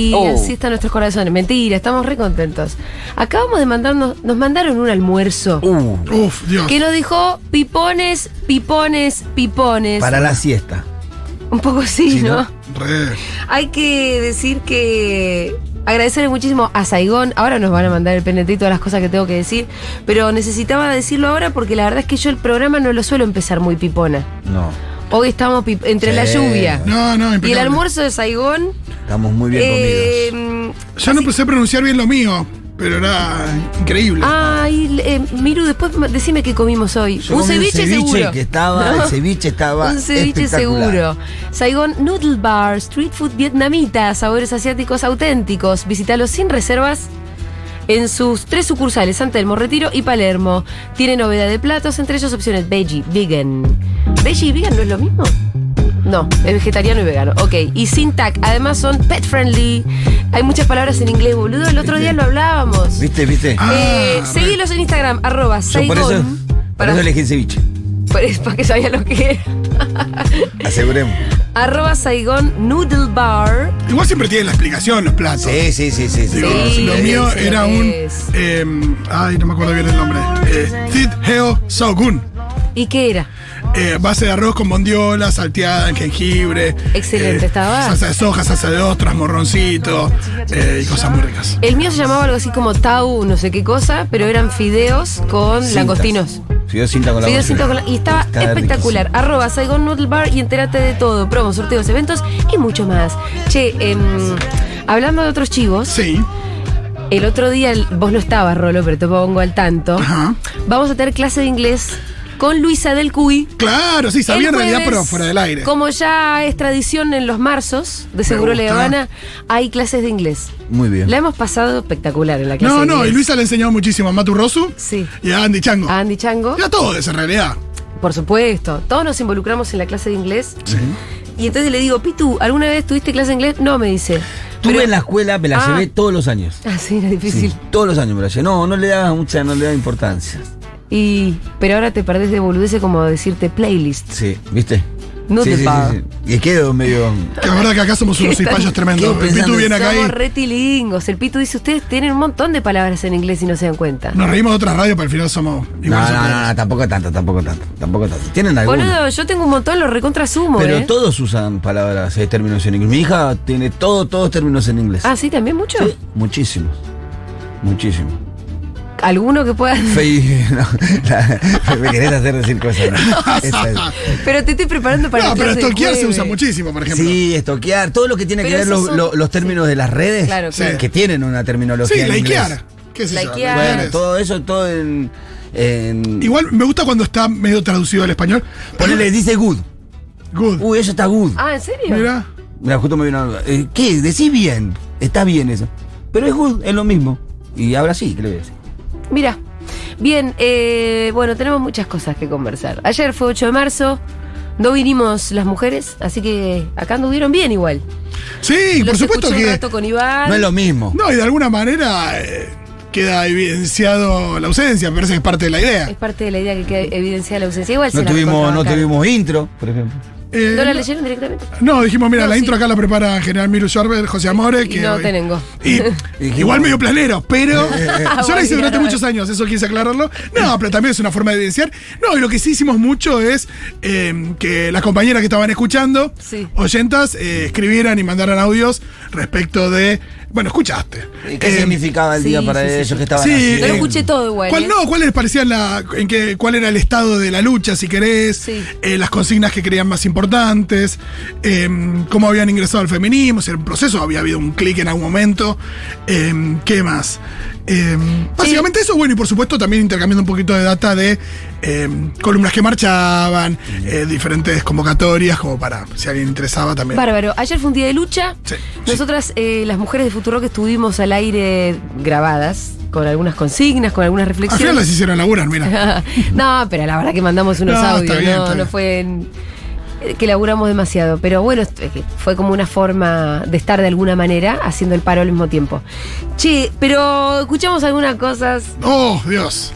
Y así están nuestros corazones. Mentira, estamos re contentos. Acabamos de nos mandaron un almuerzo. Dios. Que nos dijo pipones, pipones, pipones. Para la siesta. Un poco así, ¿no? Re. Hay que decir que agradecerle muchísimo a Saigón. Ahora nos van a mandar el PNT y todas las cosas que tengo que decir. Pero necesitaba decirlo ahora porque la verdad es que yo el programa no lo suelo empezar muy pipona. No. Hoy estamos entre la lluvia No, impecable. y el almuerzo de Saigón. Estamos muy bien comidos. Ya no sé pronunciar bien lo mío, pero era increíble. Ay, Miru, después decime qué comimos hoy. Yo Un comí ceviche seguro. Que estaba, ¿no? El ceviche estaba Un ceviche espectacular. seguro. Saigón Noodle Bar, street food vietnamita, sabores asiáticos auténticos. Visítalos sin reservas en sus 3 sucursales, San Telmo, Retiro y Palermo. Tiene novedad de platos, entre ellos opciones veggie, vegan. ¿Veggie y vegan no es lo mismo? No, es vegetariano y vegano. Ok, y sin TAC. Además son pet friendly. Hay muchas palabras en inglés, boludo. El otro día lo hablábamos. ¿Viste? Seguilos en Instagram, Yo por eso elegí el ceviche. Para que sabía lo que era. Aseguremos. @Saigón Noodle Bar. Igual siempre tiene la explicación los platos. Sí. Digo, Sí, lo mío sí, era es. no me acuerdo bien el nombre. Thit Heo Sogun. ¿Y qué era? Base de arroz con bondiola, salteada en jengibre. Excelente, estaba. Salsa de soja, salsa de ostras, morroncito y cosas muy ricas. El mío se llamaba algo así como tau, no sé qué cosa, pero eran fideos con Cintas. langostinos. Fideos cinta con la Fideos cinta con y estaba espectacular. riquísimo. @Saigón Noodle Bar y entérate de todo. Promos, sorteos, eventos y mucho más. Che, hablando de otros chivos, Sí. el otro día vos no estabas, Rolo, pero te pongo al tanto. Ajá. Vamos a tener clase de inglés con Luisa del Cuy. Claro, sí, sabía El en realidad, jueves, pero fuera del aire. Como ya es tradición en los marzos de Seguro gusta. La Habana, hay clases de inglés. Muy bien. La hemos pasado espectacular en la clase de No, inglés. y Luisa le enseñó muchísimo a Matu Rosu Sí. y a Andy Chango. A Andy Chango, Y a todos, en realidad. por supuesto. Todos nos involucramos en la clase de inglés. Sí. Y entonces le digo, Pitu, ¿alguna vez tuviste clase de inglés? No, me dice. Tuve Pero- en la escuela, me la Ah. llevé todos los años. Ah, sí, era difícil. Sí, todos los años me la llevé. No le daba importancia. Pero ahora te perdés de boludeces como decirte playlist. Sí, ¿viste? No sí, te sí, pago. sí. Y quedo medio. Que la verdad que acá somos unos cipayos tremendos. quedo El Pitu pensando, viene acá Somos y retilingos. El Pitu dice, ustedes tienen un montón de palabras en inglés y no se dan cuenta. nos reímos de otras radios, pero al final somos iguales. No, tampoco tanto. Tienen algunos. Boludo, yo tengo un montón, lo recontrasumo, Pero todos usan palabras, términos en inglés. Mi hija tiene todos términos en inglés. Ah, sí, también mucho. Sí, muchísimos. ¿Alguno que pueda? Me querés hacer decir cosas. ¿No? Esa es. Pero te estoy preparando para No, la pero clase del stalkear se jueves. usa muchísimo, por ejemplo. Sí, estoquear, todo lo que tiene Pero que ver esos son- los términos de las redes, Claro, claro. que tienen una terminología Sí, en inglés. likear. ¿Qué sé yo? Likear. Bueno, Likear. todo eso, todo en Igual me gusta cuando está medio traducido al español. ponele, dice good. Good. Uy, eso está good. Ah, ¿en serio? Mira. Mira, justo me vino. ¿Qué? Decí bien. Está bien eso. Pero es good, es lo mismo. Y ahora sí, creo que sí. Mira. Bien, bueno, tenemos muchas cosas que conversar. Ayer fue 8 de marzo, no vinimos las mujeres, así que acá anduvieron bien igual. Sí, por Los supuesto escuché un que. rato con Iván. No es lo mismo. No, y de alguna manera queda evidenciado la ausencia. Me parece que es parte de la idea. Es parte de la idea que queda evidenciada la ausencia. Igual No se la tuvimos recontrabancaron. intro, por ejemplo. ¿No la leyeron directamente? No, dijimos, mira, No, la sí. intro acá la prepara General Miru Schwarber, José Amore. Y Que no hoy- tengo. Y igual medio planero, pero yo la hice Bueno. durante muchos años, eso quise aclararlo. No, pero también es una forma de evidenciar. No, y lo que sí hicimos mucho es que las compañeras que estaban escuchando, Sí. oyentas, escribieran y mandaran audios respecto de. Bueno, escuchaste. ¿Y qué significaba el sí, día para sí, sí, ellos? sí. ¿Qué estaban Sí, haciendo? Yo lo escuché todo igual. ¿Cuál, no, ¿cuáles les parecían cuál era el estado de la lucha, si querés? Sí. Las consignas que creían más importantes, cómo habían ingresado al feminismo, si era un proceso, había habido un clic en algún momento. ¿Qué más? Básicamente eso, bueno, y por supuesto también intercambiando un poquito de data de columnas que marchaban, diferentes convocatorias, como para, si a alguien interesaba también. Bárbaro. Ayer fue un día de lucha. Sí. Nosotras, las mujeres de Futurock, estuvimos al aire grabadas, con algunas consignas, con algunas Al final reflexiones. las hicieron laburar, mira. No, pero la verdad que mandamos unos No, está audios, bien, no, está no bien. fue que laburamos demasiado, pero bueno, fue como una forma de estar de alguna manera haciendo el paro al mismo tiempo. Che, pero escuchamos algunas cosas, Oh, Dios.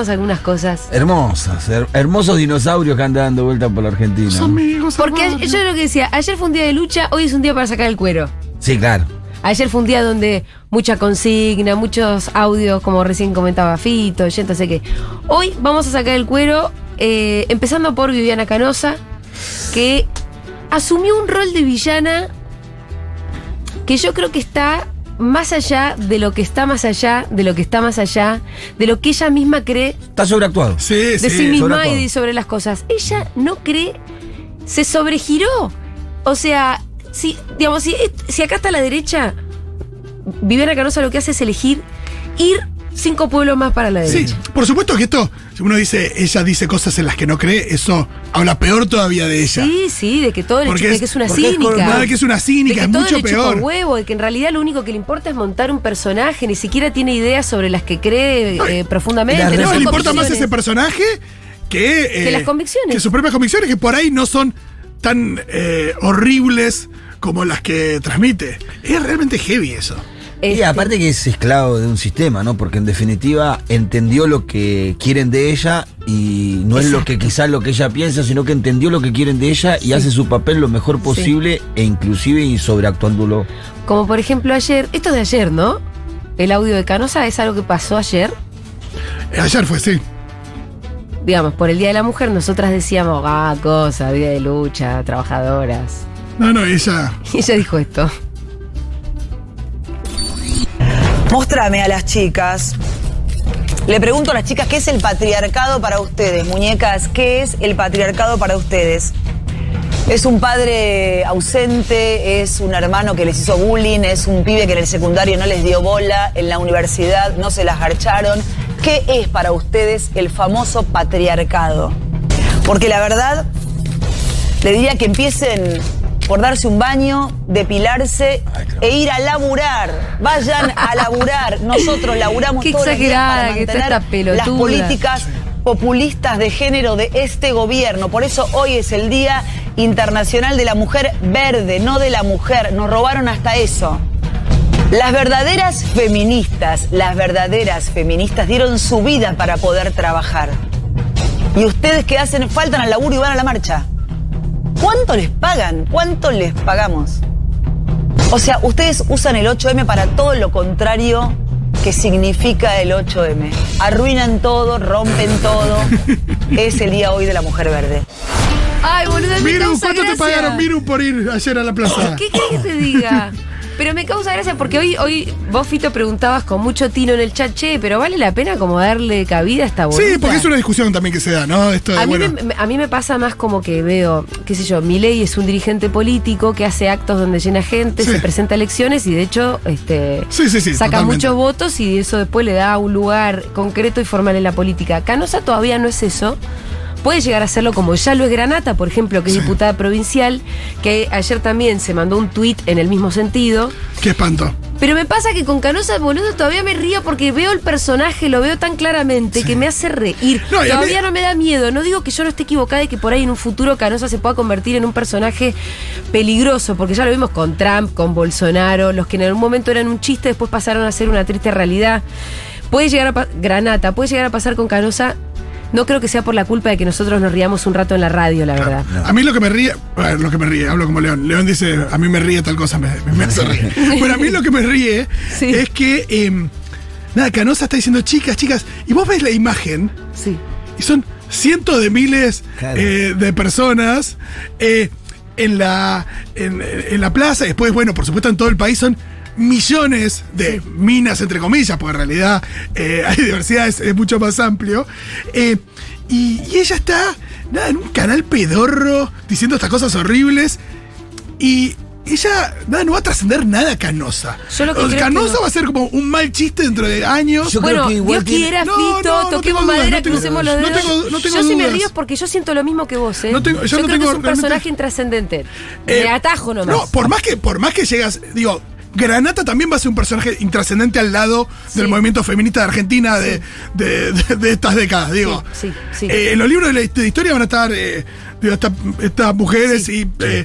Hermosas, hermosos dinosaurios que andan dando vuelta por la Argentina. Los ¿no? amigos. Porque hermanos. yo lo que decía, ayer fue un día de lucha, hoy es un día para sacar el cuero. Sí, claro. Ayer fue un día donde mucha consigna, muchos audios, como recién comentaba Fito, yo entonces que. Hoy vamos a sacar el cuero, empezando por Viviana Canosa, que asumió un rol de villana que yo creo que está más allá de lo que está más allá, de lo que está más allá, de lo que ella misma cree. Está sobreactuado. Sí, De sí misma sobreactuado. y sobre las cosas. Ella no cree, se sobregiró. O sea, si acá está la derecha, Viviana Canosa lo que hace es elegir ir 5 pueblos más para la Sí, derecha. por supuesto que esto, si uno dice, ella dice cosas en las que no cree, eso habla peor todavía de ella. Sí, de que todo le Porque de que es una porque es cínica. Nada, que es una cínica, de es que todo mucho le chupa peor. un huevo, de que en realidad lo único que le importa es montar un personaje, ni siquiera tiene ideas sobre las que cree profundamente. y las no No, son le importa más convicciones. ese personaje que las convicciones. Que sus propias convicciones, que por ahí no son tan horribles como las que transmite. Es realmente heavy eso. Y aparte que es esclavo de un sistema, ¿no? Porque en definitiva entendió lo que quieren de ella y no es lo que quizás lo que ella piensa, sino que entendió lo que quieren de ella y hace su papel lo mejor posible e inclusive y sobreactuándolo. Como por ejemplo ayer, esto es de ayer, ¿no? El audio de Canosa es algo que pasó ayer. Ayer fue, sí. Digamos, por el Día de la Mujer nosotras decíamos, cosa, día de lucha, trabajadoras. No, ella... Y ella dijo esto. Móstrame a las chicas. Le pregunto a las chicas, ¿qué es el patriarcado para ustedes? Muñecas, ¿qué es el patriarcado para ustedes? ¿Es un padre ausente? ¿Es un hermano que les hizo bullying? ¿Es un pibe que en el secundario no les dio bola? ¿En la universidad no se las garcharon? ¿Qué es para ustedes el famoso patriarcado? Porque la verdad, le diría que empiecen por darse un baño, depilarse e ir a laburar. Vayan a laburar. Nosotros laburamos Qué todos los días exagerada para que está mantener esta pelotuda. las políticas populistas de género de este gobierno. Por eso hoy es el Día Internacional de la Mujer Verde, no de la mujer. Nos robaron hasta eso. Las verdaderas feministas dieron su vida para poder trabajar. Y ustedes que hacen, faltan al laburo y van a la marcha. ¿Cuánto les pagan? ¿Cuánto les pagamos? O sea, ustedes usan el 8M para todo lo contrario que significa el 8M. Arruinan todo, rompen todo. Es el día hoy de la mujer verde. Ay, boludo, me Miru, causa ¿cuánto te gracia. pagaron, Miru, por ir ayer a la plaza? ¿Qué querés que te diga? Pero me causa gracia porque hoy vos, Fito, preguntabas con mucho tino en el chat, che, pero ¿vale la pena como darle cabida a esta bolita? Sí, porque es una discusión también que se da, ¿no? Esto de, A mí me pasa más como que veo, qué sé yo, Milei es un dirigente político que hace actos donde llena gente, Sí. se presenta a elecciones y de hecho Sí, saca totalmente. muchos votos y eso después le da un lugar concreto y formal en la política. Canosa todavía no es eso. Puede llegar a serlo como ya lo es Granata, por ejemplo, que es diputada provincial, que ayer también se mandó un tuit en el mismo sentido. Qué espanto. Pero me pasa que con Canosa, boludo, todavía me río porque veo el personaje, lo veo tan claramente que me hace reír. No, y a Todavía mí- no me da miedo. No digo que yo no esté equivocada y que por ahí en un futuro Canosa se pueda convertir en un personaje peligroso, porque ya lo vimos con Trump, con Bolsonaro, los que en algún momento eran un chiste, después pasaron a ser una triste realidad. Puede llegar a Granata, puede llegar a pasar con Canosa. No creo que sea por la culpa de que nosotros nos riamos un rato en la radio, la verdad. A mí lo que me ríe, hablo como León. León dice, a mí me ríe tal cosa, me hace reír. Pero a mí lo que me ríe Sí. es que, Canosa está diciendo, chicas, y vos ves la imagen, Sí. y son cientos de miles Claro. de personas en la plaza, y después, bueno, por supuesto en todo el país son millones de minas, entre comillas, porque en realidad hay diversidad, es mucho más amplio. Y ella está en un canal pedorro diciendo estas cosas horribles. Y ella no va a trascender nada Canosa. Yo lo que creo Canosa que no. va a ser como un mal chiste dentro de años. Yo creo Bueno, que igual Dios quiera, No, Fito, no toquemos tengo dudas, madera, no tengo- crucemos los no dedos. tengo- no tengo yo sí me dudas. río porque yo siento lo mismo que vos, ¿eh? No tengo- yo no creo tengo que es un realmente- personaje intrascendente. Me atajo nomás. No, por más que llegas, digo, Granata también va a ser un personaje intrascendente al lado del Sí. movimiento feminista de Argentina de estas décadas, digo. Sí. En los libros de historia van a estar estas mujeres y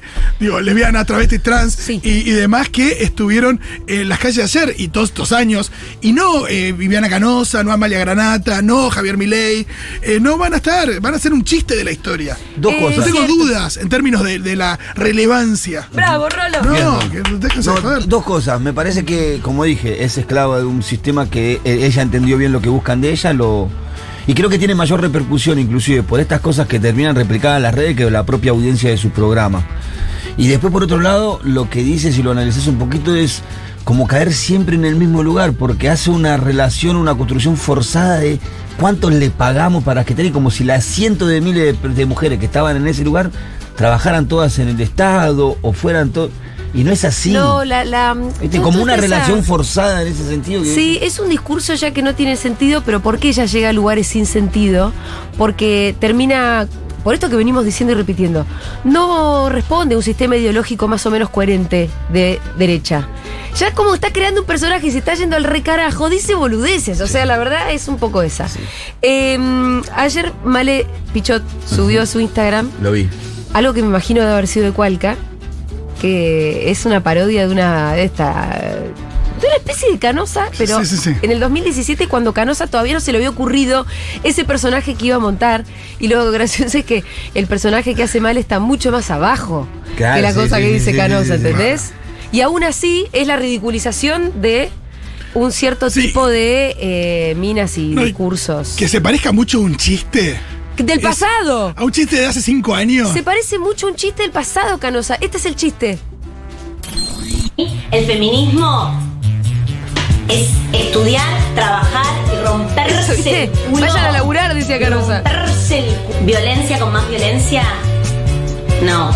lesbianas, travestis, trans Sí. y demás que estuvieron en las calles ayer y todos estos años. Y no Viviana Canosa, no Amalia Granata, no Javier Milei. No van a estar, van a ser un chiste de la historia. Dos No cosas. tengo cierto. dudas en términos de la relevancia. Bravo, Rolo. No, que déjense No, de joder. dos cosas. Me parece que, como dije, es esclava de un sistema que ella entendió bien lo que buscan de ella, y creo que tiene mayor repercusión inclusive por estas cosas que terminan replicadas en las redes que la propia audiencia de su programa. Y después, por otro lado, lo que dice, si lo analizás un poquito, es como caer siempre en el mismo lugar, porque hace una relación, una construcción forzada de cuántos le pagamos para que tenga, como si las cientos de miles de mujeres que estaban en ese lugar trabajaran todas en el Estado o fueran todas. Y no es así. No, ¿Viste? tú- Como tú una esa- relación forzada en ese sentido. Sí, es un discurso ya que no tiene sentido, pero ¿por qué ella llega a lugares sin sentido? Porque termina, por esto que venimos diciendo y repitiendo, no responde a un sistema ideológico más o menos coherente de derecha. Ya como está creando un personaje y se está yendo al recarajo, dice boludeces. O sea, la verdad es un poco esa. Ayer Male Pichot subió a su Instagram Lo vi. algo que me imagino de haber sido de Cualca, que es una parodia de una especie de Canosa, pero Sí, sí, sí. en el 2017, cuando Canosa todavía no se le había ocurrido ese personaje que iba a montar, y lo gracioso es que el personaje que hace Mal está mucho más abajo Claro, que la sí, cosa sí, que sí, dice sí, Canosa, sí, sí. ¿entendés? Y aún así es la ridiculización de un cierto Sí. tipo de minas y No, y discursos. Que se parezca mucho a un chiste. ¡Del es- pasado! A un chiste de hace 5 años. Se parece mucho a un chiste del pasado, Canosa. Este es el chiste. El feminismo es estudiar, trabajar y romperse ¿Viste? el culo. Vayan a laburar, decía Canosa. Romperse el violencia con más violencia. No.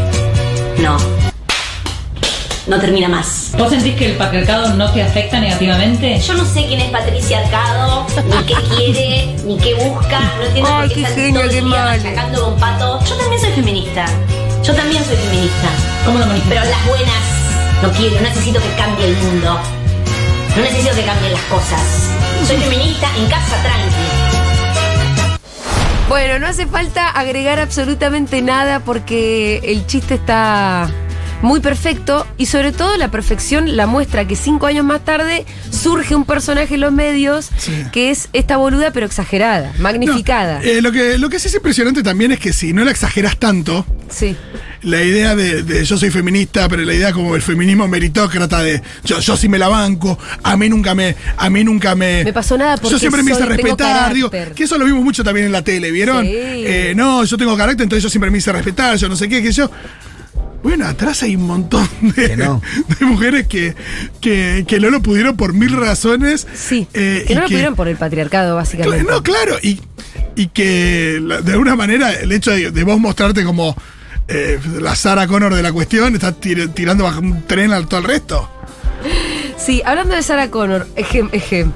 No termina más. ¿Vos sentís que el patriarcado no te afecta negativamente? Yo no sé quién es Patricia Arcado, ni qué quiere, ni qué busca. No entiendo Ay, por qué qué está genio, todo qué el día Male. machacando con pato. Yo también soy feminista. ¿Cómo lo manifestás? Pero las buenas no quiero, necesito que cambie el mundo. No necesito que cambien las cosas. Soy feminista en casa tranqui. Bueno, no hace falta agregar absolutamente nada porque el chiste está muy perfecto y sobre todo la perfección la muestra que 5 años más tarde surge un personaje en los medios Sí. que es esta boluda pero exagerada, magnificada. No, lo que sí es impresionante también es que si no la exageras tanto, Sí. la idea de yo soy feminista, pero la idea como el feminismo meritócrata de yo sí me la banco, a mí nunca me Me pasó nada porque yo siempre me hice tengo respetar, digo, carácter. que eso lo vimos mucho también en la tele, ¿vieron? Sí. No, yo tengo carácter, entonces yo siempre me hice respetar, yo no sé qué, que yo. Bueno, atrás hay un montón Que no. de mujeres que no lo pudieron por 1000 razones. Sí, y que no lo pudieron por el patriarcado, básicamente. No, claro, y que de alguna manera el hecho de vos mostrarte como la Sarah Connor de la cuestión, estás tirando bajo un tren a todo el resto. Sí, hablando de Sarah Connor, ejem.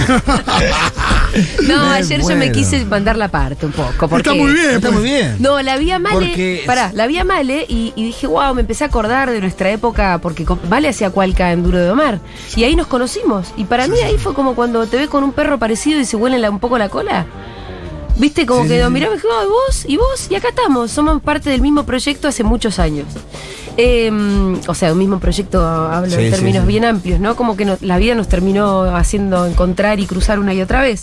No, Me ayer yo me muero. quise mandar la parte un poco. Porque Está muy bien. Está muy bien. No, la vi a Male. Porque- La vi a Male y dije, wow, me empecé a acordar de nuestra época, porque Male hacía Cualca en Duro de Domar. Y ahí nos conocimos. Y para mí ahí fue como cuando te ves con un perro parecido y se huele un poco la cola. ¿Viste? Como Sí, que sí, nos sí. miramos y dijimos, y vos, y acá estamos. Somos parte del mismo proyecto hace muchos años. O sea, un mismo proyecto, hablo Sí, en sí, términos sí. bien amplios, ¿no? Como que la vida nos terminó haciendo encontrar y cruzar una y otra vez.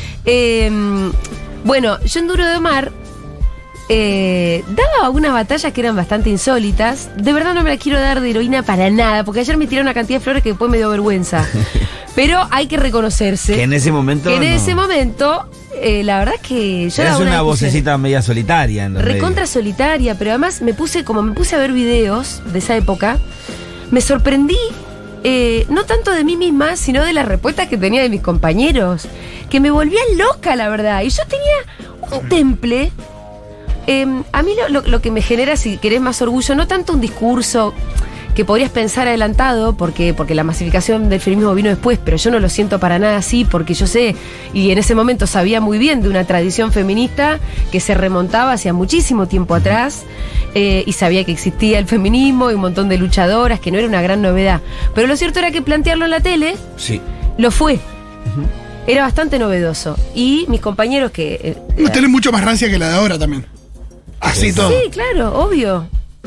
Bueno, yo en Duro de Omar daba algunas batallas que eran bastante insólitas. De verdad no me la quiero dar de heroína para nada, porque ayer me tiraron una cantidad de flores que después me dio vergüenza. Pero hay que reconocerse Que en ese momento. que en no. ese momento, la verdad que yo Eras daba una discusión vocecita media solitaria en los recontra medios. solitaria, pero además me puse a ver videos de esa época, me sorprendí, no tanto de mí misma, sino de las respuestas que tenía de mis compañeros, que me volvían loca, la verdad. Y yo tenía un temple. A mí lo que me genera, si querés, más orgullo, no tanto un discurso que podrías pensar adelantado, porque la masificación del feminismo vino después, pero yo no lo siento para nada así, porque yo sé, y en ese momento sabía muy bien de una tradición feminista que se remontaba hacia muchísimo tiempo atrás, y sabía que existía el feminismo y un montón de luchadoras, que no era una gran novedad. Pero lo cierto era que plantearlo en la tele Sí. lo fue. Era bastante novedoso. Y mis compañeros que... Una tele mucho más rancia que la de ahora también. Así todo. Sí, claro, obvio.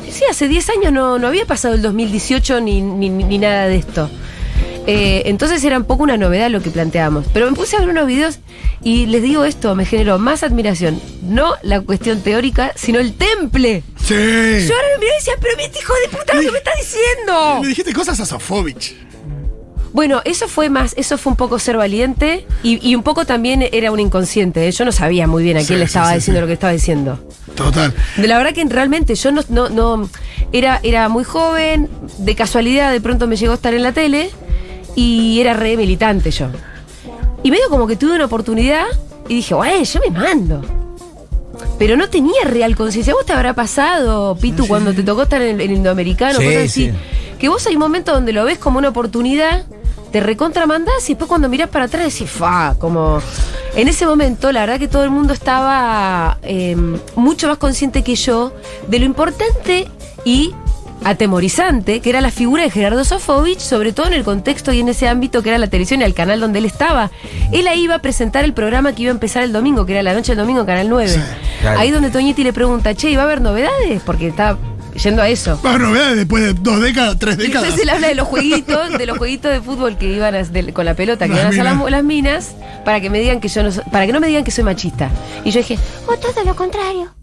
Sí, hace 10 años no había pasado el 2018 ni nada de esto. Entonces era un poco una novedad lo que planteábamos. Pero me puse a ver unos videos y les digo esto, me generó más admiración. No la cuestión teórica, sino el temple. Sí. Yo ahora me miré y decía, pero este hijo de puta, lo que me está diciendo. Le dijiste cosas a Sofovich. Bueno, eso fue un poco ser valiente y un poco también era un inconsciente. Yo no sabía muy bien a quién le estaba diciendo lo que estaba diciendo. Total. La verdad que realmente yo no era muy joven, de casualidad de pronto me llegó a estar en la tele y era re militante yo. Y medio como que tuve una oportunidad y dije, güey, yo me mando. Pero no tenía real conciencia. ¿Vos te habrá pasado, Pitu, cuando te tocó estar en el Indoamericano? Sí, Cosas así. sí. Que vos hay un momento donde lo ves como una oportunidad, te recontramandás y después cuando mirás para atrás decís, como... En ese momento, la verdad que todo el mundo estaba mucho más consciente que yo de lo importante y atemorizante que era la figura de Gerardo Sofovich, sobre todo en el contexto y en ese ámbito que era la televisión y el canal donde él estaba. Él ahí iba a presentar el programa que iba a empezar el domingo, que era la noche del domingo, Canal 9. Sí, claro. Ahí donde Toñetti le pregunta, che, ¿va a haber novedades? Porque está yendo a eso. Más novedades después de 2 décadas, 3 Y décadas. entonces él habla de los jueguitos de fútbol que iban con la pelota, que Las iban a hacer minas. las minas, para que me digan que yo no para que no me digan que soy machista. Y yo dije, todo lo contrario.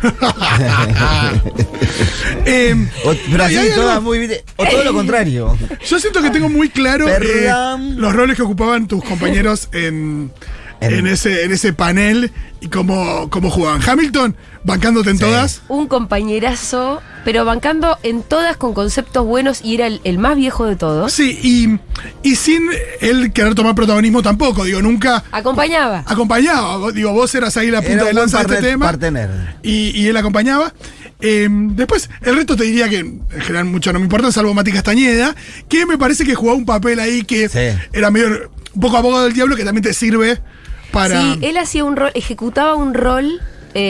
Pero así y hay todas algo- muy bien. O todo lo contrario. Yo siento que tengo muy claro Perdón. los roles que ocupaban tus compañeros en ese panel y cómo jugaban. Hamilton, bancándote en Sí. todas. Un compañerazo, pero bancando en todas con conceptos buenos y era el más viejo de todos. Sí, y sin él querer tomar protagonismo tampoco. Digo, nunca Acompañaba. acompañaba. Digo, vos eras ahí la punta Era de un lanza de buen este tema. partener. Y él acompañaba. Después, el resto te diría que en general mucho no me importa, salvo Mati Castañeda, que me parece que jugaba un papel ahí que Sí. era medio un poco abogado del diablo, que también te sirve para... Sí, él hacía un rol, ejecutaba un rol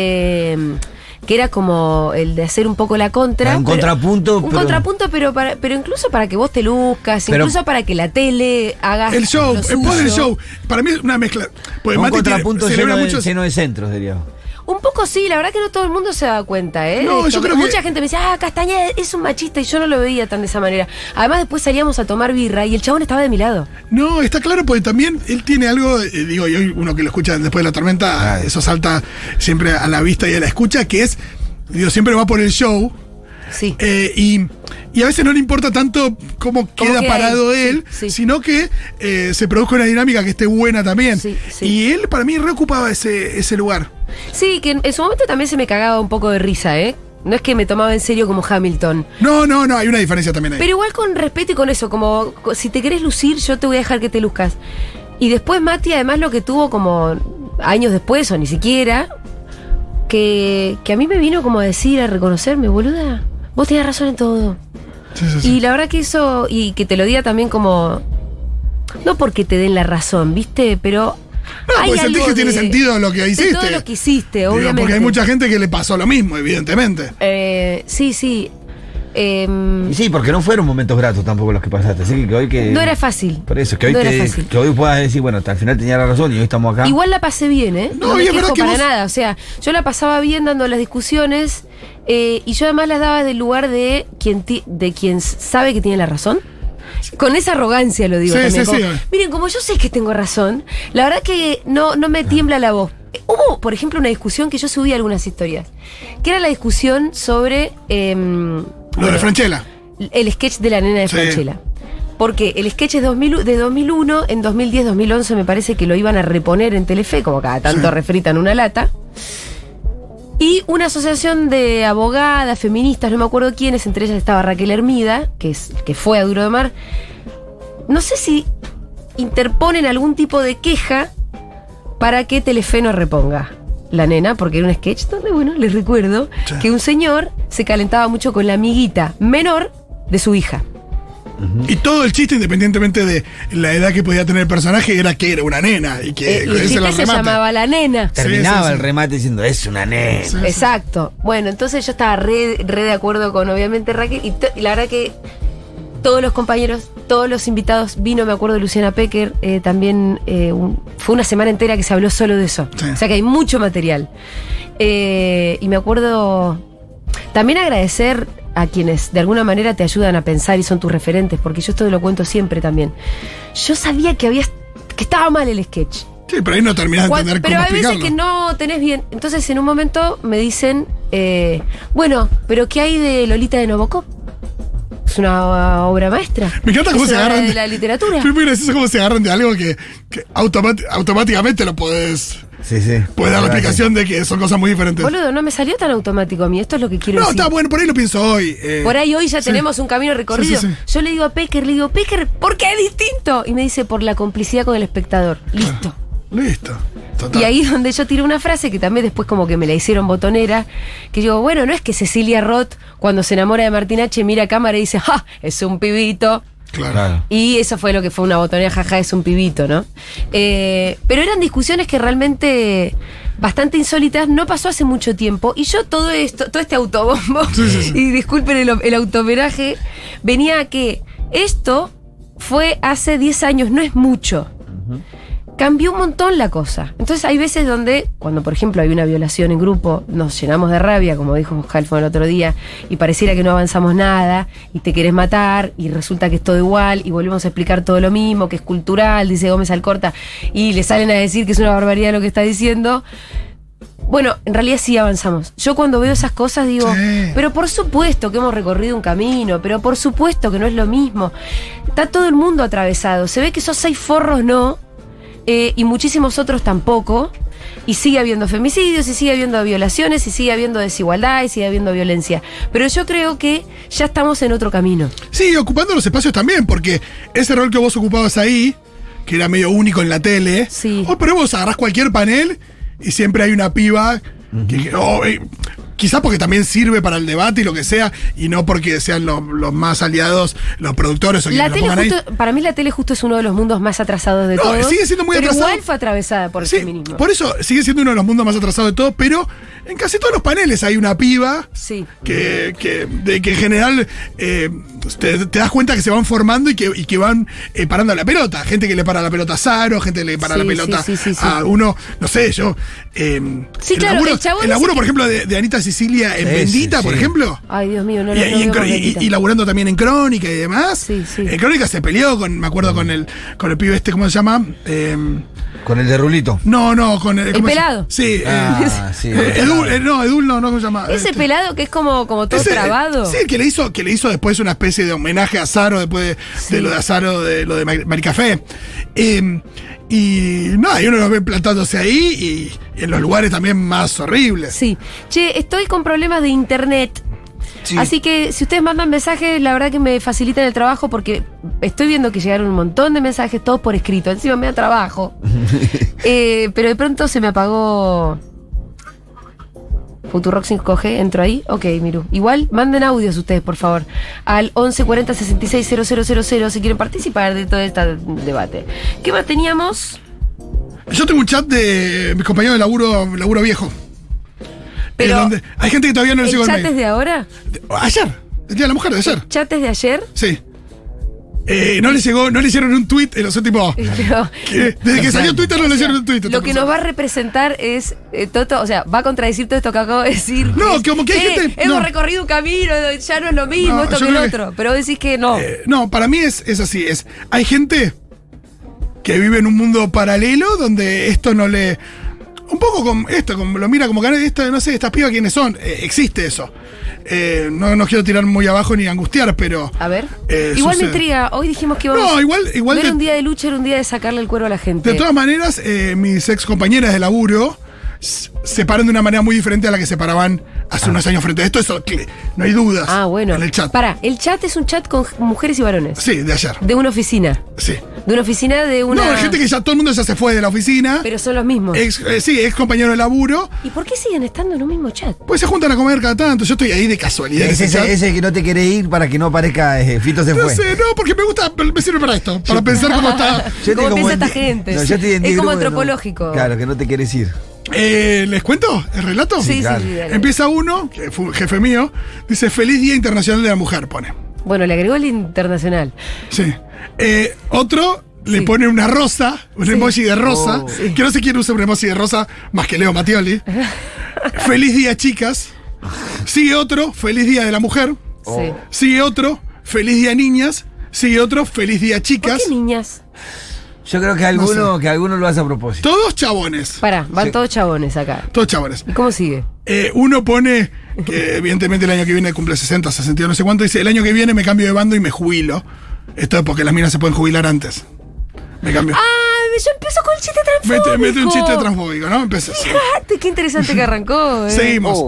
que era como el de hacer un poco la contra. Un pero- contrapunto, Un pero- contrapunto, pero incluso para que vos te luzcas, Pero- incluso para que la tele haga El show, lo el post del suyo. show. Para mí es una mezcla. Porque Un Mati contrapunto celebra lleno mucho. de centros, diría. Un poco sí, la verdad que no todo el mundo se da cuenta, ¿eh? No, De yo esto. creo que- Mucha gente me decía, Castañeda es un machista y yo no lo veía tan de esa manera. Además después salíamos a tomar birra y el chabón estaba de mi lado. No, está claro, porque también él tiene algo, digo, y hoy uno que lo escucha después de la tormenta, Ah. eso salta siempre a la vista y a la escucha, que es, digo, siempre va por el show. Sí. Y a veces no le importa tanto cómo queda queda parado él, él, sí, sí. sino que se produzca una dinámica que esté buena también. Sí, sí. Y él, para mí, reocupaba ese lugar. Sí, que en su momento también se me cagaba un poco de risa, ¿eh? No es que me tomaba en serio como Hamilton. No, hay una diferencia también ahí. Pero igual con respeto y con eso, como si te querés lucir, yo te voy a dejar que te luzcas. Y después Mati, además lo que tuvo como años después, o ni siquiera, que a mí me vino como a decir, a reconocerme, boluda, vos tenías razón en todo. Sí, sí, sí. Y la verdad que eso, y que te lo diga también como, no porque te den la razón, ¿viste? Pero... No, hay porque sentís algo que tiene de- sentido lo que de hiciste. todo lo que hiciste, Digo, obviamente. porque hay mucha gente que le pasó lo mismo, evidentemente. Sí, sí. Y sí, porque no fueron momentos gratos tampoco los que pasaste. Así que hoy que. No era fácil. Por eso, que hoy, No era fácil. que hoy puedas decir, bueno, hasta al final tenía la razón y hoy estamos acá. Igual la pasé bien, ¿eh? No, No, y me es verdad quejo que para vos- nada. O sea, yo la pasaba bien dando las discusiones y yo además las daba del lugar de quien sabe que tiene la razón. Con esa arrogancia lo digo Sí, también. sí, como, sí. miren, como yo sé que tengo razón, la verdad que no me tiembla la voz. Hubo, por ejemplo, una discusión que yo subí a algunas historias, que era la discusión sobre Lo de Franchella. el sketch de la nena de Sí. Franchella. Porque el sketch es de 2001, en 2010, 2011 me parece que lo iban a reponer en Telefe, como cada tanto Sí. refritan una lata. Y una asociación de abogadas, feministas, no me acuerdo quiénes, entre ellas estaba Raquel Hermida, que fue a Duro de Mar. No sé si interponen algún tipo de queja para que Telefe no reponga la nena, porque era un sketch donde, bueno, les recuerdo Sí. que un señor se calentaba mucho con la amiguita menor de su hija. Y todo el chiste, independientemente de la edad que podía tener el personaje, era que era una nena. Y que Y el ese era chiste el se remate. llamaba La Nena. Terminaba Sí, sí, el sí. remate diciendo, es una nena. Sí. Exacto. Bueno, entonces yo estaba re de acuerdo con, obviamente, Raquel. Y la verdad que todos los compañeros, todos los invitados, vino, me acuerdo, de Luciana Pecker, también fue una semana entera que se habló solo de eso. Sí. O sea que hay mucho material. Y me acuerdo... También agradecer a quienes de alguna manera te ayudan a pensar y son tus referentes, porque yo esto lo cuento siempre también. Yo sabía que estaba mal el sketch. Sí, pero ahí no terminás de entender Pero cómo hay veces explicarlo. que no tenés bien. Entonces en un momento me dicen, bueno, pero ¿qué hay de Lolita de Nabokov? Es una obra maestra. Me encanta cómo Es se una obra agarran de la literatura. Fue muy gracioso cómo se agarran de algo que automáticamente lo podés. Sí, sí. Puedes dar la explicación de que son cosas muy diferentes. Boludo, no me salió tan automático a mí. Esto es lo que quiero No, decir. está bueno, por ahí lo pienso hoy. Por ahí hoy ya sí. tenemos un camino recorrido. Sí, sí, sí. Yo le digo a Pecker, ¿por qué es distinto? Y me dice, por la complicidad con el espectador. Listo. Listo. Total. Y ahí es donde yo tiro una frase que también después como que me la hicieron botonera, que digo, bueno, no es que Cecilia Roth, cuando se enamora de Martín H., mira a cámara y dice, ¡ja! Es un pibito. Claro. Y eso fue lo que fue una botonera, jaja, es un pibito, ¿no? Pero eran discusiones que realmente bastante insólitas, no pasó hace mucho tiempo. Y yo todo este autobombo, Sí. y disculpen el automeraje, venía a que esto fue hace 10 años, no es mucho. Cambió un montón la cosa. Entonces hay veces donde, cuando por ejemplo hay una violación en grupo, nos llenamos de rabia, como dijo Halfon el otro día, y pareciera que no avanzamos nada, y te querés matar, y resulta que es todo igual, y volvemos a explicar todo lo mismo, que es cultural, dice Gómez Alcorta, y le salen a decir que es una barbaridad lo que está diciendo. Bueno, en realidad sí avanzamos. Yo cuando veo esas cosas digo, Sí. pero por supuesto que hemos recorrido un camino, pero por supuesto que no es lo mismo. Está todo el mundo atravesado. Se ve que esos 6 forros no, y muchísimos otros tampoco, y sigue habiendo femicidios, y sigue habiendo violaciones, y sigue habiendo desigualdad, y sigue habiendo violencia. Pero yo creo que ya estamos en otro camino. Sí, ocupando los espacios también, porque ese rol que vos ocupabas ahí, que era medio único en la tele, Sí. hoy pero vos agarrás cualquier panel y siempre hay una piba quizás porque también sirve para el debate y lo que sea, y no porque sean los más aliados, los productores o La quienes lo tele pongan ahí. justo, para mí la tele justo es uno de los mundos más atrasados de No, todos. sigue siendo muy pero atrasado. igual fue atravesada por el Sí, feminismo. por eso sigue siendo uno de los mundos más atrasados de todos, pero en casi todos los paneles hay una piba Sí. que en general te das cuenta que se van formando y que van parando la pelota. Gente que le para la pelota a Saro, gente que le para Sí, la pelota sí. a uno, no sé, yo. Sí, claro, el chabón el laburo dice por ejemplo, de Anita Sicilia en Sí, Bendita, sí, por sí. ejemplo. Ay, Dios mío, no lo Y, y, en no Cro- veo y- Bendita. y laburando también en Crónica y demás. Sí, sí. En Crónica se peleó me acuerdo con el pibe este, ¿cómo se llama? Con el de Rulito. No, con el. ¿cómo se- pelado. Sí, Sí. Edul no, ¿cómo se llama? Ese pelado que es como todo Ese, trabado. Sí, el que le hizo después una especie de homenaje a Azaro, después de lo de Azaro, de lo de Maricafé. Y nada, y uno los ve plantándose ahí y en los lugares también más horribles. Sí. Che, estoy con problemas de internet. Sí. Así que si ustedes mandan mensajes, la verdad que me facilitan el trabajo porque estoy viendo que llegaron un montón de mensajes, todos por escrito. Encima me da trabajo. Pero de pronto se me apagó Futurock 5G, entro ahí. Ok, Miru. Igual, manden audios ustedes, por favor. Al 11 40 66 000 si quieren participar de todo este debate. ¿Qué más teníamos? Yo tengo un chat de mis compañeros de laburo viejo. Pero Donde hay gente que todavía no le ¿el llegó el chat mail. es de ahora? Ayer, el día de la mujer de ayer. ¿El chat es de ayer? Sí. No le hicieron un tweet, o sea, tipo. Pero Desde que salió Twitter no le hicieron un tweet. lo que nos va a representar es todo, o sea, va a contradecir todo esto que acabo de decir. No, como que hay gente- Hemos no. recorrido un camino, ya no es lo mismo No, esto yo que el creo que- otro. Pero decís que no. No, para mí es así. Hay gente que vive en un mundo paralelo donde esto no le. Un poco con esto, como lo mira como que no sé, estas pibas quiénes son. Existe eso. No quiero tirar muy abajo ni angustiar, pero. A ver. Igual me sucede. intriga. Hoy dijimos que íbamos. No, igual no era de- un día de lucha, era un día de sacarle el cuero a la gente. De todas maneras, mis ex compañeras de laburo se paran de una manera muy diferente a la que se paraban hace unos años frente a esto. Eso, no hay dudas. Ah, bueno. En el chat. El chat es un chat con mujeres y varones. Sí, de ayer. De una oficina. Sí. De una oficina de una. No, hay gente que ya todo el mundo ya se fue de la oficina. Pero son los mismos. Sí, ex compañero de laburo. ¿Y por qué siguen estando en un mismo chat? Pues se juntan a comer cada tanto. Yo estoy ahí de casualidad. en Es ese chat. ese que no te quiere ir para que no aparezca Fito se No fue. sé, no, porque me sirve para esto. Para pensar cómo está. Yo ¿Cómo tengo piensa esta en- gente? No, yo estoy en Es como grupos que no- antropológico. Claro, que no te quieres ir. ¿Les cuento el relato? Sí, claro. sí, dale. Empieza uno, que fue un jefe mío, dice: Feliz Día Internacional de la Mujer, pone. Bueno, le agregó el internacional. Sí. Otro le Sí. pone una rosa, un Sí. emoji de rosa, Oh. que no sé quién usa un emoji de rosa más que Leo Mattioli. Feliz día, chicas. Sigue otro, feliz día de la mujer. Sí. Sigue otro, feliz día niñas. Sigue otro, feliz día ¿Por chicas. qué niñas? Yo creo que alguno lo hace a propósito. Todos chabones. Pará, van todos chabones acá. Todos chabones. ¿Y cómo sigue? Uno pone que evidentemente el año que viene cumple 60, 62, no sé cuánto. Dice, el año que viene me cambio de bando y me jubilo. Esto es porque las minas se pueden jubilar antes. Me cambio. Yo empiezo con el chiste transfóbico. Mete un chiste transfóbico, ¿no? Empecé. Fíjate, qué interesante que arrancó. Seguimos.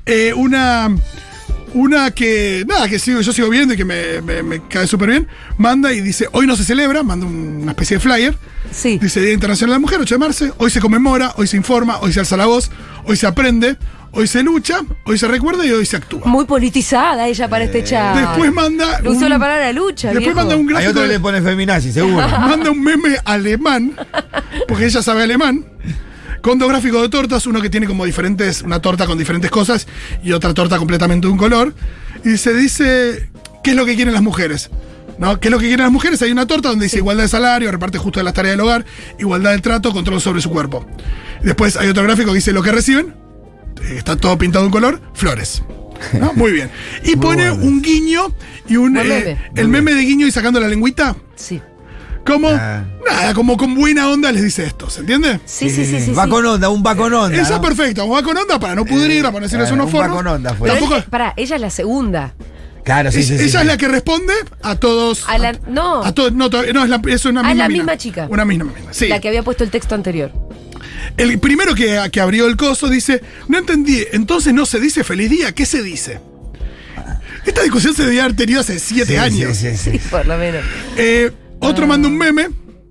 Una que, nada, que yo sigo viendo y que me cae súper bien, manda y dice, hoy no se celebra, manda una especie de flyer. Sí. Dice Día Internacional de la Mujer, 8 de marzo, hoy se conmemora, hoy se informa, hoy se alza la voz, hoy se aprende, hoy se lucha, hoy se recuerda y hoy se actúa. Muy politizada ella para este chat. Después manda... Usó la palabra lucha, Después viejo. manda un Hay gráfico... otro que le pone feminazi, seguro. Manda un meme alemán, porque ella sabe alemán, con 2 gráficos de tortas, uno que tiene como diferentes, una torta con diferentes cosas y otra torta completamente de un color. Y se dice, ¿qué es lo que quieren las mujeres? ¿No? ¿Qué es lo que quieren las mujeres? Hay una torta donde dice igualdad de salario, reparte justo de las tareas del hogar, igualdad del trato, control sobre su cuerpo. Después hay otro gráfico que dice lo que reciben, está todo pintado de un color, flores. ¿No? Muy bien. Y pone un guiño y un meme. el meme de guiño y sacando la lengüita. Sí. Como, nada, como con buena onda les dice esto, ¿se entiende? Sí. Va con onda, un va con onda. Eso ¿no? es perfecto, va con onda para no pudrir, para decirles unos un forros. va con onda fue. Pero Tampoco, pará, ella es la segunda. Claro, sí. ella es la que responde a todos. No. A todos, no, es una misma la mina. misma chica. Una misma mina, sí. La que había puesto el texto anterior. El primero que abrió el coso dice, no entendí, entonces no se dice feliz día, ¿qué se dice? Esta discusión se debía haber tenido hace 7 años. Sí, por lo menos. Otro manda un meme,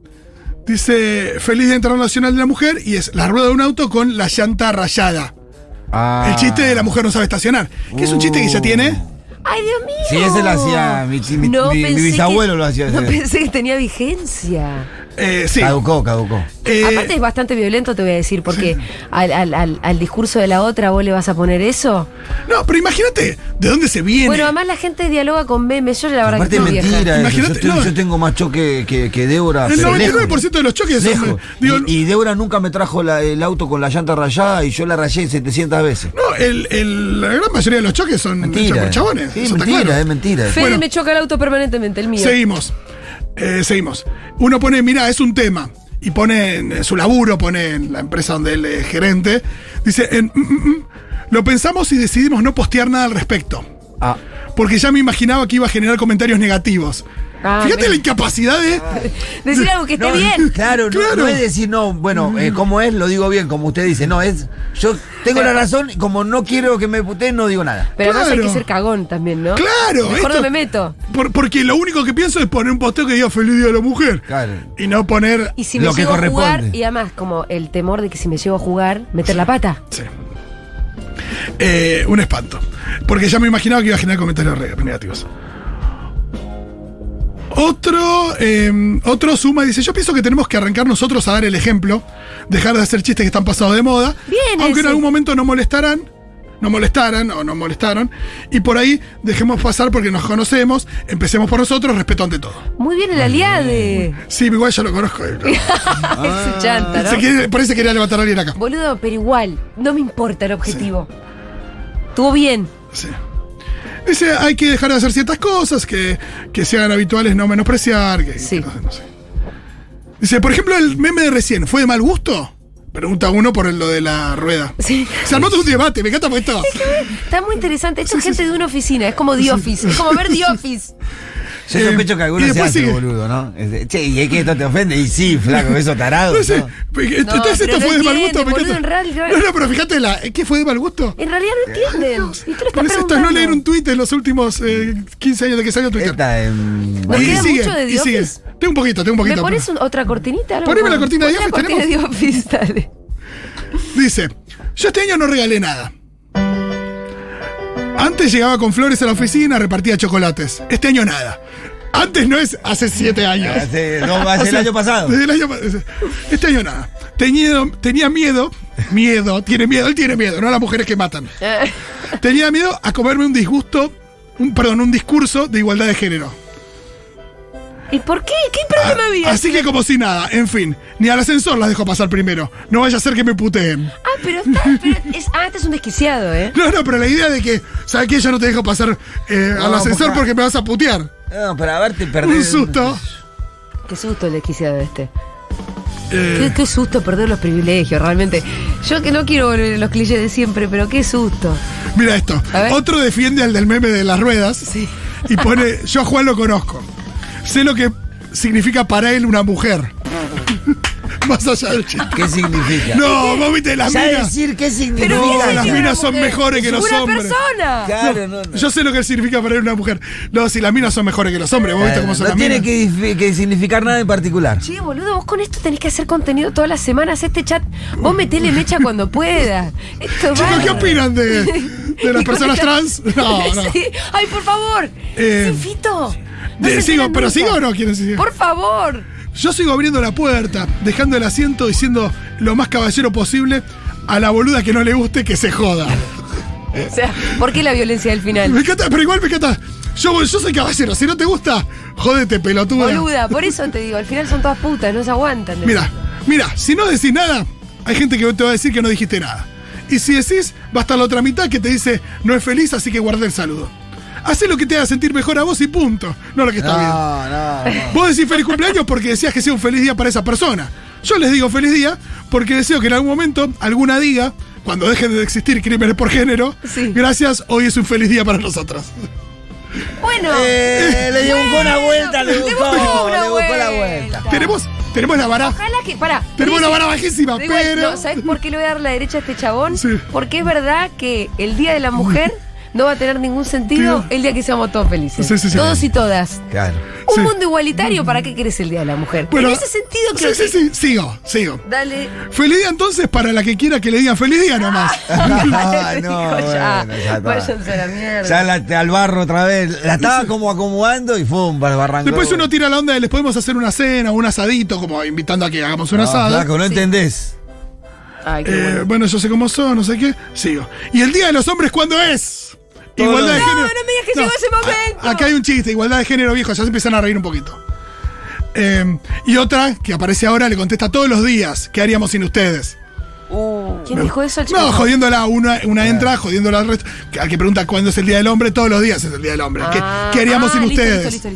dice feliz Día Internacional de la Mujer y es la rueda de un auto con la llanta rayada. El chiste de la mujer no sabe estacionar, que es un chiste que ya tiene. ¡Ay, Dios mío! Sí, ese lo hacía mi bisabuelo lo hacía. No pensé que tenía vigencia. Sí. Caducó. Aparte es bastante violento, te voy a decir, porque al discurso de la otra vos le vas a poner eso. No, pero imagínate de dónde se viene. Bueno, además la gente dialoga con memes. Yo la verdad Aparte que es estoy mentira, vieja. Imagínate, yo tengo más choque que Débora. El pero 99% de los choques lejos. son. Digo, Y Débora nunca me trajo el auto con la llanta rayada y yo la rayé 700 veces. no, la gran mayoría de los choques son hechos Mentira. por chabones. Sí, eso está mentira, claro. es mentira. Fede Bueno. me choca el auto permanentemente, el mío. Seguimos. Uno pone, mira, es un tema. Y pone en su laburo, pone en la empresa donde él es gerente. Dice, lo pensamos y decidimos no postear nada al respecto. Porque ya me imaginaba que iba a generar comentarios negativos. Fíjate la incapacidad de... Decir algo que esté No, bien. Claro, Claro. No es decir, no, bueno, como es, lo digo bien, como usted dice. No, es. Yo tengo la razón y como no quiero que me puteen, no digo nada. Pero además hay Claro. que ser cagón también, ¿no? Claro. Mejor no me meto. Porque lo único que pienso es poner un posteo que diga Feliz Día de la Mujer. Claro. Y no poner... Y si me Lo que llego a jugar, corresponde. y además como el temor de que si me llego a jugar, meter la pata. Sí. Un espanto. Porque ya me imaginaba que iba a generar comentarios negativos. Otro suma y dice, yo pienso que tenemos que arrancar nosotros a dar el ejemplo, dejar de hacer chistes que están pasados de moda, Bien aunque en ese. algún momento nos molestaron, y por ahí dejemos pasar porque nos conocemos, empecemos por nosotros, respeto ante todo. Muy bien el aliade. Sí, igual ya lo conozco. Es su chanta, ¿no? Parece que quería levantar a alguien acá. Boludo, pero igual, no me importa el objetivo. Estuvo bien. Sí. Dice, hay que dejar de hacer ciertas cosas que se hagan habituales, no menospreciar. Sí. No sé. Dice, por ejemplo, el meme de recién, ¿fue de mal gusto? Pregunta uno por lo de la rueda. Sí. Se armó todo un debate, me encanta porque esto. Está muy interesante. Esto es gente de una oficina, es como The Office. Es como ver The Office. Yo sospecho que y algunos se después hace sigue. boludo, ¿no? Che, ¿y es que esto te ofende? Y sí, flaco, eso tarado. No sé, ¿no? entonces pero esto no fue de mal gusto, entiende, me boludo, encanta. en realidad- No, pero fíjate, ¿qué fue de mal gusto? En realidad no entienden. Y tú lo estás Por eso esto es no preguntando. leer un tuit en los últimos 15 años de que salió Twitter. Esta, ¿No queda mucho de The sigue. Office? Tengo un poquito. ¿Me pones otra cortinita? Algo? Poneme la cortina de Poné The Office, la cortina de The Office, dale. Dice, yo este año no regalé nada. Antes llegaba con flores a la oficina, repartía chocolates. Este año nada. Antes no es hace 7 años. hace el año pasado. Desde el año pasado. Este año nada. Tenía miedo. Él tiene miedo, no a las mujeres que matan. Tenía miedo a comerme un discurso de igualdad de género. ¿Y por qué? ¿Qué problema había? Así que como si nada, en fin, ni al ascensor las dejo pasar primero. No vaya a ser que me puteen. Pero este es un desquiciado, ¿eh? No, pero la idea de que, ¿sabes qué? Ya no te dejo pasar al ascensor porque me vas a putear. No, para verte perder. Un susto. Qué susto el desquiciado este. Qué susto perder los privilegios, realmente. Yo que no quiero volver a los clichés de siempre, pero qué susto. Mira esto. Otro defiende al del meme de las ruedas. Sí. Y pone, yo a Juan lo conozco. Sé lo que significa para él una mujer. Más allá del chiste. ¿Qué significa? No, vos viste las Ya minas. decir qué significa. Pero No, ¿qué las significa minas una son mujer? mejores que los ¡Una hombres. persona! Claro, no. Yo sé lo que significa para él una mujer. No, si las minas son mejores que los hombres, vos viste cómo son No las tiene minas. que significar nada en particular. Che, boludo, vos con esto tenés que hacer contenido todas las semanas. Este chat, vos metele mecha cuando puedas. Esto Chicos, va. ¿qué opinan de las personas trans? No, no. Sí. Ay, por favor. Sí, Fito. No se ¿Sigo, enteran pero nunca. sigo o no quieren seguir? Por favor. Yo sigo abriendo la puerta, dejando el asiento y siendo lo más caballero posible a la boluda que no le guste que se joda. O sea, ¿por qué la violencia del final? Me encanta, pero igual me encanta. Yo soy caballero, si no te gusta, jódete, pelotuda. Boluda, por eso te digo, al final son todas putas, no se aguantan. Mira, si no decís nada, hay gente que te va a decir que no dijiste nada. Y si decís, va a estar la otra mitad que te dice, no es feliz, así que guardé el saludo. Hacé lo que te haga sentir mejor a vos y punto. No lo que está bien. No. Vos decís feliz cumpleaños porque decías que sea un feliz día para esa persona. Yo les digo feliz día porque deseo que en algún momento alguna diga, cuando dejen de existir crímenes por género, Sí. gracias, hoy es un feliz día para nosotras. Bueno. Le buscó una vuelta, le buscó la vuelta. vuelta. Tenemos la vara. Ojalá que. Pará. Tenemos la vara bajísima, Pero igual, pero. no, ¿sabes por qué le voy a dar la derecha a este chabón? Sí. Porque es verdad que el Día de la Mujer no va a tener ningún sentido Tío. el día que seamos todos felices. Sí, sí, sí. Todos y todas. Claro. Un Sí. mundo igualitario, ¿para qué querés el Día de la Mujer? Bueno, en ese sentido creo sí, sí, sigo. Dale. Feliz día entonces para la que quiera que le digan feliz día nomás. Ah, Dijo, no, ya, bueno, ya está. váyanse a la mierda. Ya al barro otra vez. La estaba como acomodando y ¡fum! Barrancó. Después uno tira la onda de les podemos hacer una cena o un asadito, como invitando a que hagamos un No, asado. flaco, no entendés. Ay, qué bueno. Bueno, yo sé cómo son, no sé qué. Sigo. ¿Y el Día de los Hombres cuándo es? Igualdad de No, género. no me digas que llegó ese momento. Acá hay un chiste, igualdad de género viejo, ya se empiezan a reír un poquito. Y otra que aparece ahora le contesta todos los días, ¿qué haríamos sin ustedes? ¿Quién dijo eso? El chico? No, jodiéndola, una entra, jodiéndola al resto. Al que pregunta cuándo es el Día del Hombre, todos los días es el Día del Hombre. ¿Qué haríamos sin listo, ustedes? Listo.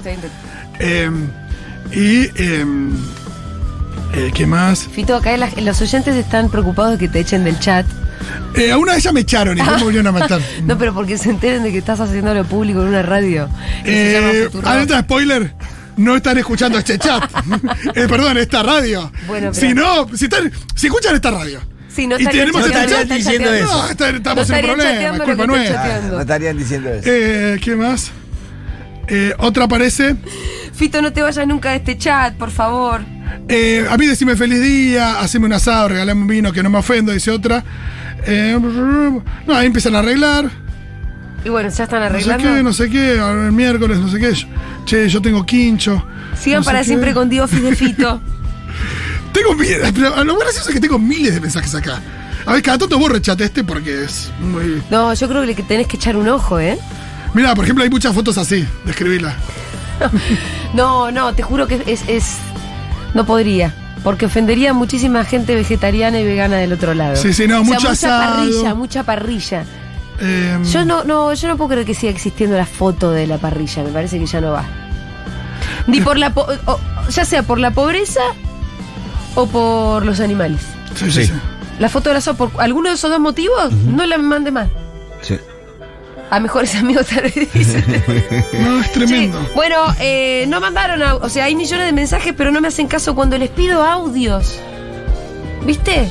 ¿Qué más? Fito, acá los oyentes están preocupados de que te echen del chat. A una de ellas me echaron y después me volvieron a matar. No, pero porque se enteren de que estás haciendo lo público en una radio. Que se llama Futurock. Alerta spoiler, no están escuchando este chat. Perdón, esta radio. Bueno, pero- Si no, si escuchan esta radio. Sí, no y estarían tenemos chateando, estarían están diciendo chateando. eso. No, estamos en un estarían problema, chateando es lo culpa que nuestra. están chateando. No estarían diciendo eso. ¿Qué más? Otra aparece. Fito, no te vayas nunca de este chat, por favor. A mí decime feliz día, haceme un asado, regalame un vino que no me ofendo, dice otra. No, ahí empiezan a arreglar. Y bueno, ya están No sé arreglando. qué, no sé qué, ahora el miércoles, no sé qué. Che, yo tengo quincho. Sigan no sé para qué. siempre con Dios, de Fito. Tengo miles, pero lo gracioso es que tengo miles de mensajes acá. A ver, cada tanto borro el chat porque es muy... No, yo creo que tenés que echar un ojo, ¿eh? Mirá, por ejemplo, hay muchas fotos así, de escribirla. No, te juro que no podría. Porque ofendería a muchísima gente vegetariana y vegana del otro lado. Sí, no, O sea, mucho asado. mucha parrilla. Eh, Yo no puedo creer que siga existiendo la foto de la parrilla. Me parece que ya no va. Ni por ya sea por la pobreza o por los animales. Sí. La foto del asado, por alguno de esos dos motivos, no la mande más. Sí. A mejores amigos tal vez dicen. No, es tremendo. Sí. Bueno, no mandaron, o sea, hay millones de mensajes, pero no me hacen caso cuando les pido audios. ¿Viste?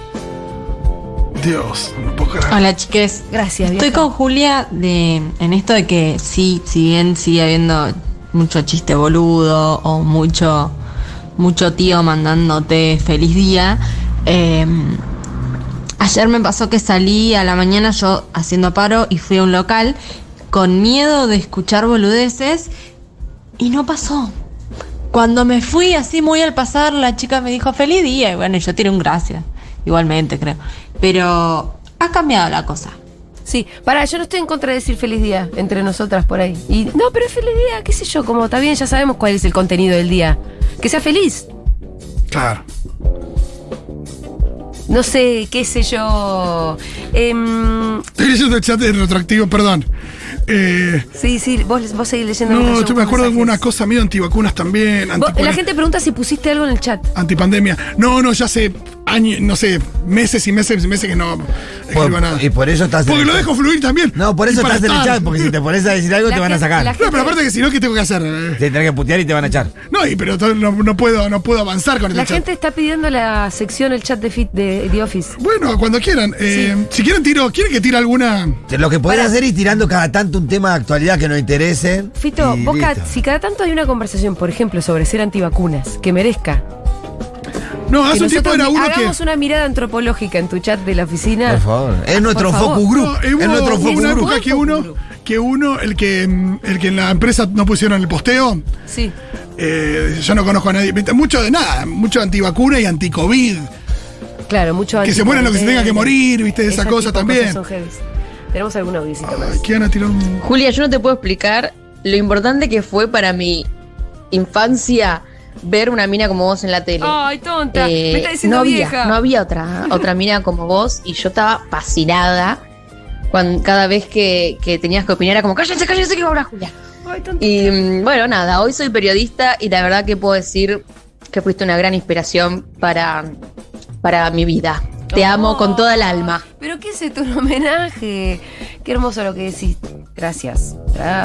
Dios, no puedo creer. Hola chiques, Gracias, estoy vieja. con Julia en esto de que sí, si bien sigue habiendo mucho chiste boludo o mucho tío mandándote feliz día, ayer me pasó que salí a la mañana yo haciendo paro y fui a un local con miedo de escuchar boludeces y no pasó. Cuando me fui así muy al pasar, la chica me dijo feliz día y bueno, yo tiré un gracias, igualmente creo. Pero ha cambiado la cosa. Sí, yo no estoy en contra de decir feliz día entre nosotras por ahí. Y no, pero es feliz día, qué sé yo, como está bien, ya sabemos cuál es el contenido del día. Que sea feliz. Claro. No sé, qué sé yo. Estoy leyendo el chat de retroactivo, perdón. Sí, vos seguís leyendo. No, yo me acuerdo de alguna cosa medio antivacunas también. La gente pregunta si pusiste algo en el chat. Antipandemia. No, ya hace años, no sé, meses y meses que no escribo nada. Y por eso estás. Porque lo dejo fluir también. No, por eso estás en el chat, porque si te pones a decir algo te van a sacar. No, pero aparte que si no, ¿qué tengo que hacer? Te tenés que putear y te van a echar. No, pero no puedo avanzar con el chat. La gente está pidiendo la sección, el chat de The Office. Bueno, cuando quieran. Si quieren ¿quieren que tire alguna? Lo que podés hacer es tirando cada tanto un tema de actualidad que nos interese. Fito, si cada tanto hay una conversación, por ejemplo, sobre ser antivacunas, que merezca. No, hace un tiempo era uno que. Hagamos una mirada antropológica en tu chat de la oficina. Por favor. Es nuestro focus group. Es nuestro focus group. Época el que en la empresa no pusieron el posteo. Sí. Yo no conozco a nadie. Mucho de nada. Mucho antivacuna y anti-COVID. Claro, mucho que se mueran lo que se tenga que morir, ¿viste? Esa cosa también. Tenemos algún audicito más. ¿Quién ha tirado un... Julia, yo no te puedo explicar lo importante que fue para mi infancia ver una mina como vos en la tele. Ay, tonta, me está diciendo vieja. No había otra mina como vos y yo estaba fascinada cada vez que tenías que opinar era como cállense que va a hablar Julia. Ay, tonta. Y bueno, nada, hoy soy periodista y la verdad que puedo decir que fuiste una gran inspiración para mi vida. Te amo con toda el alma. ¿Pero qué es esto? Un homenaje. Qué hermoso lo que decís. Gracias.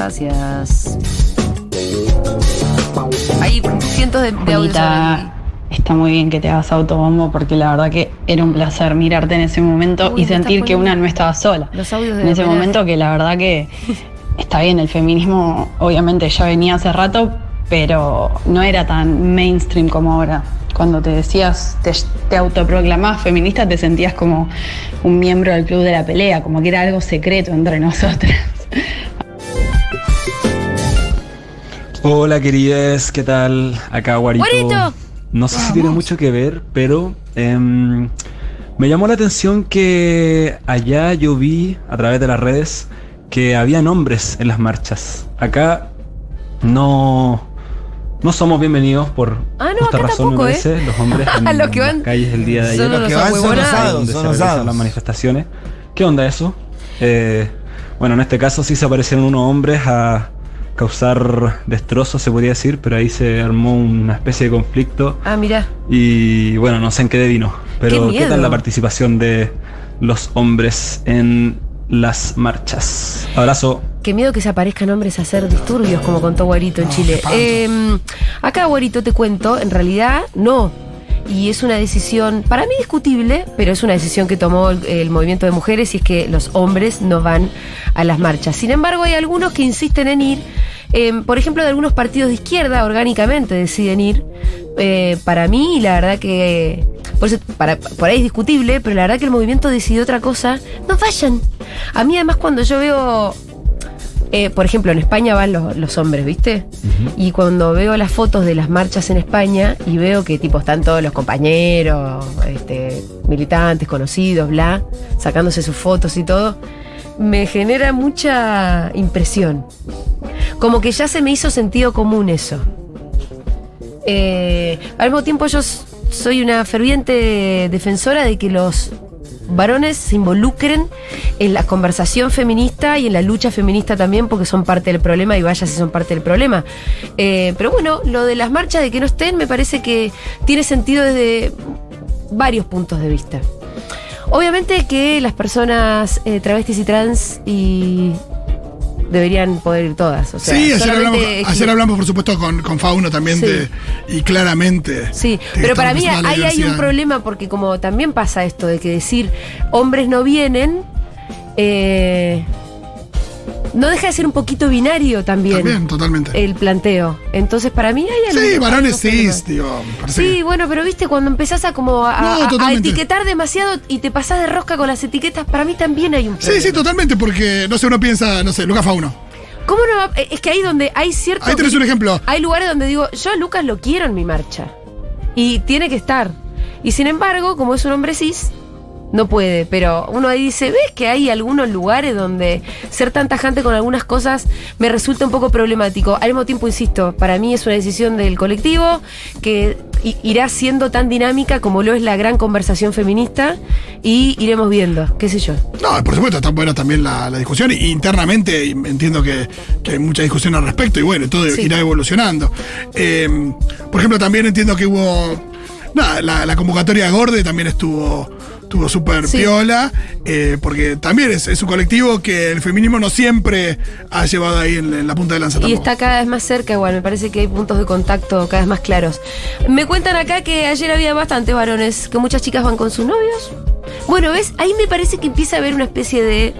Hay cientos de audios. Está muy bien que te hagas autobombo porque la verdad que era un placer mirarte en ese momento y sentir que una no estaba sola. Los audios de en ese momento que la verdad que está bien, el feminismo obviamente ya venía hace rato, pero no era tan mainstream como ahora. Cuando te decías, te autoproclamabas feminista, te sentías como un miembro del club de la pelea, como que era algo secreto entre nosotras. Hola queridas, ¿qué tal? Acá Guarito. ¡Guarito! No sé si tiene mucho que ver, pero me llamó la atención que allá yo vi a través de las redes que habían hombres en las marchas. Acá no somos bienvenidos por esta razón, tampoco, me parece, los hombres en las calles el día de ayer. Los que van son osados. Las manifestaciones. ¿Qué onda eso? Bueno, en este caso sí se aparecieron unos hombres a causar destrozos, se podría decir, pero ahí se armó una especie de conflicto. Ah, mira. Y bueno, no sé en qué devino. Pero ¿qué tal la participación de los hombres en las marchas? Abrazo. Qué miedo que se aparezcan hombres a hacer disturbios, como contó Guarito en Chile. Acá, Guarito, te cuento, en realidad no. Y es una decisión, para mí discutible, pero es una decisión que tomó el movimiento de mujeres y es que los hombres no van a las marchas. Sin embargo, hay algunos que insisten en ir. Por ejemplo, de algunos partidos de izquierda orgánicamente deciden ir. Para mí, la verdad que... por ahí es discutible, pero la verdad que el movimiento decidió otra cosa. No vayan. A mí además cuando yo veo... por ejemplo, en España van los hombres, ¿viste? Uh-huh. Y cuando veo las fotos de las marchas en España y veo que tipo están todos los compañeros, militantes, conocidos, bla, sacándose sus fotos y todo, me genera mucha impresión. Como que ya se me hizo sentido común eso. Al mismo tiempo yo soy una ferviente defensora de que los varones se involucren en la conversación feminista y en la lucha feminista también, porque son parte del problema y vaya si son parte del problema. Pero bueno, lo de las marchas, de que no estén, me parece que tiene sentido desde varios puntos de vista. Obviamente que las personas travestis y trans deberían poder ir todas. O sea, sí, ayer hablamos por supuesto con Fauno también, sí. Y claramente. Sí, pero para mí ahí hay un problema porque como también pasa esto de que decir hombres no vienen, no deja de ser un poquito binario también. También, totalmente. El planteo. Entonces para mí hay algo. Sí, varones cis, tío. Sí, bueno, pero viste, cuando empezás a etiquetar demasiado y te pasás de rosca con las etiquetas, para mí también hay un problema. Sí, totalmente, porque, no sé, uno piensa, no sé, Lucas Fauno. ¿Cómo no? Es que ahí donde hay cierto... Ahí tenés un ejemplo. Hay lugares donde digo, yo a Lucas lo quiero en mi marcha. Y tiene que estar. Y sin embargo, como es un hombre cis, no puede, pero uno ahí dice, ¿ves que hay algunos lugares donde ser tan tajante con algunas cosas me resulta un poco problemático? Al mismo tiempo, insisto, para mí es una decisión del colectivo que irá siendo tan dinámica como lo es la gran conversación feminista y iremos viendo, qué sé yo. No, por supuesto, está buena también la discusión y internamente entiendo que hay mucha discusión al respecto y bueno, todo irá evolucionando. Por ejemplo, también entiendo que hubo... la convocatoria a Gorde también estuvo súper piola, porque también es un colectivo que el feminismo no siempre ha llevado ahí en la punta de lanza. Y está cada vez más cerca, igual, me parece que hay puntos de contacto cada vez más claros. Me cuentan acá que ayer había bastantes varones, que muchas chicas van con sus novios. Bueno, ¿ves? Ahí me parece que empieza a haber una especie de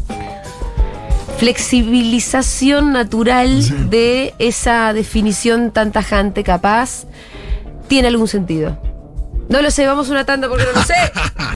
flexibilización natural de esa definición tan tajante, capaz. Tiene algún sentido. No lo sé, vamos a una tanda porque no lo sé.